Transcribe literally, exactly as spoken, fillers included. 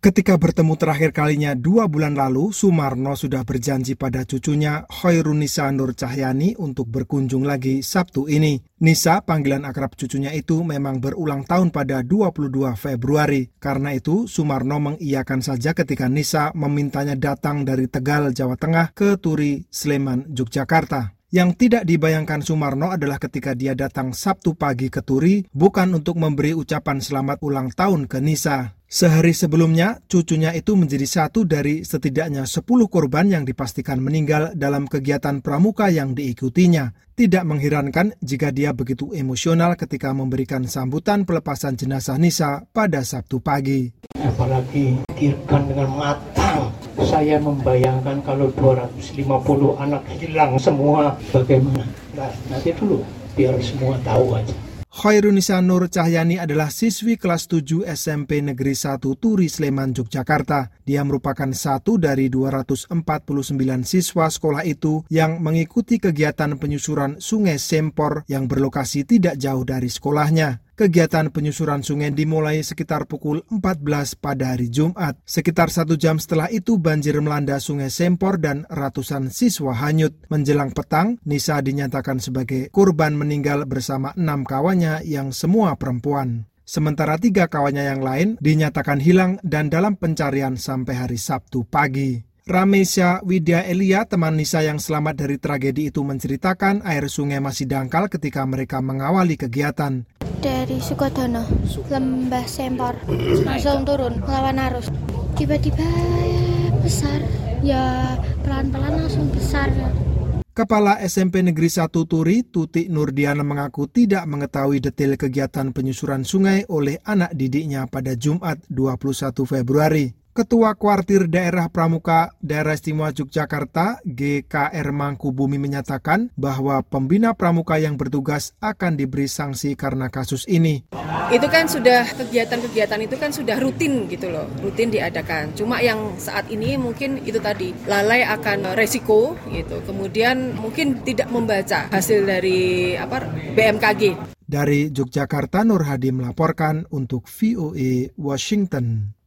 Ketika bertemu terakhir kalinya dua bulan lalu, Sumarno sudah berjanji pada cucunya Khairunisa Nur Cahyani untuk berkunjung lagi Sabtu ini. Nisa, panggilan akrab cucunya itu, memang berulang tahun pada dua puluh dua Februari. Karena itu, Sumarno mengiyakan saja ketika Nisa memintanya datang dari Tegal, Jawa Tengah ke Turi, Sleman, Yogyakarta. Yang tidak dibayangkan Sumarno adalah ketika dia datang Sabtu pagi ke Turi, bukan untuk memberi ucapan selamat ulang tahun ke Nisa. Sehari sebelumnya, cucunya itu menjadi satu dari setidaknya sepuluh korban yang dipastikan meninggal dalam kegiatan pramuka yang diikutinya. Tidak mengherankan jika dia begitu emosional ketika memberikan sambutan pelepasan jenazah Nisa pada Sabtu pagi. Apalagi pikirkan dengan matang. Saya membayangkan kalau dua ratus lima puluh anak hilang semua, bagaimana? Nah, nanti dulu, biar semua tahu aja. Khairunisa Nur Cahyani adalah siswi kelas tujuh S M P Negeri satu Turi, Sleman, Yogyakarta. Dia merupakan satu dari dua ratus empat puluh sembilan siswa sekolah itu yang mengikuti kegiatan penyusuran Sungai Sempor yang berlokasi tidak jauh dari sekolahnya. Kegiatan penyusuran sungai dimulai sekitar pukul empat belas pada hari Jumat. Sekitar satu jam setelah itu banjir melanda Sungai Sempor dan ratusan siswa hanyut. Menjelang petang, Nisa dinyatakan sebagai korban meninggal bersama enam kawannya yang semua perempuan. Sementara tiga kawannya yang lain dinyatakan hilang dan dalam pencarian sampai hari Sabtu pagi. Ramesya Widya Elia, teman Nisa yang selamat dari tragedi itu, menceritakan air sungai masih dangkal ketika mereka mengawali kegiatan. Dari Sukodono, Lembah Sempor, langsung turun melawan arus. Tiba-tiba ya besar, ya pelan-pelan langsung besar. Kepala S M P Negeri satu Turi, Tuti Nurdiana, mengaku tidak mengetahui detail kegiatan penyusuran sungai oleh anak didiknya pada Jumat dua puluh satu Februari. Ketua Kuartir Daerah Pramuka Daerah Istimewa Yogyakarta, G K R Mangkubumi, menyatakan bahwa pembina pramuka yang bertugas akan diberi sanksi karena kasus ini. Itu kan sudah kegiatan-kegiatan itu kan sudah rutin gitu loh, rutin diadakan. Cuma yang saat ini mungkin itu tadi lalai akan resiko gitu. Kemudian mungkin tidak membaca hasil dari apa B M K G. Dari Yogyakarta, Nur Hadi melaporkan untuk V O A Washington.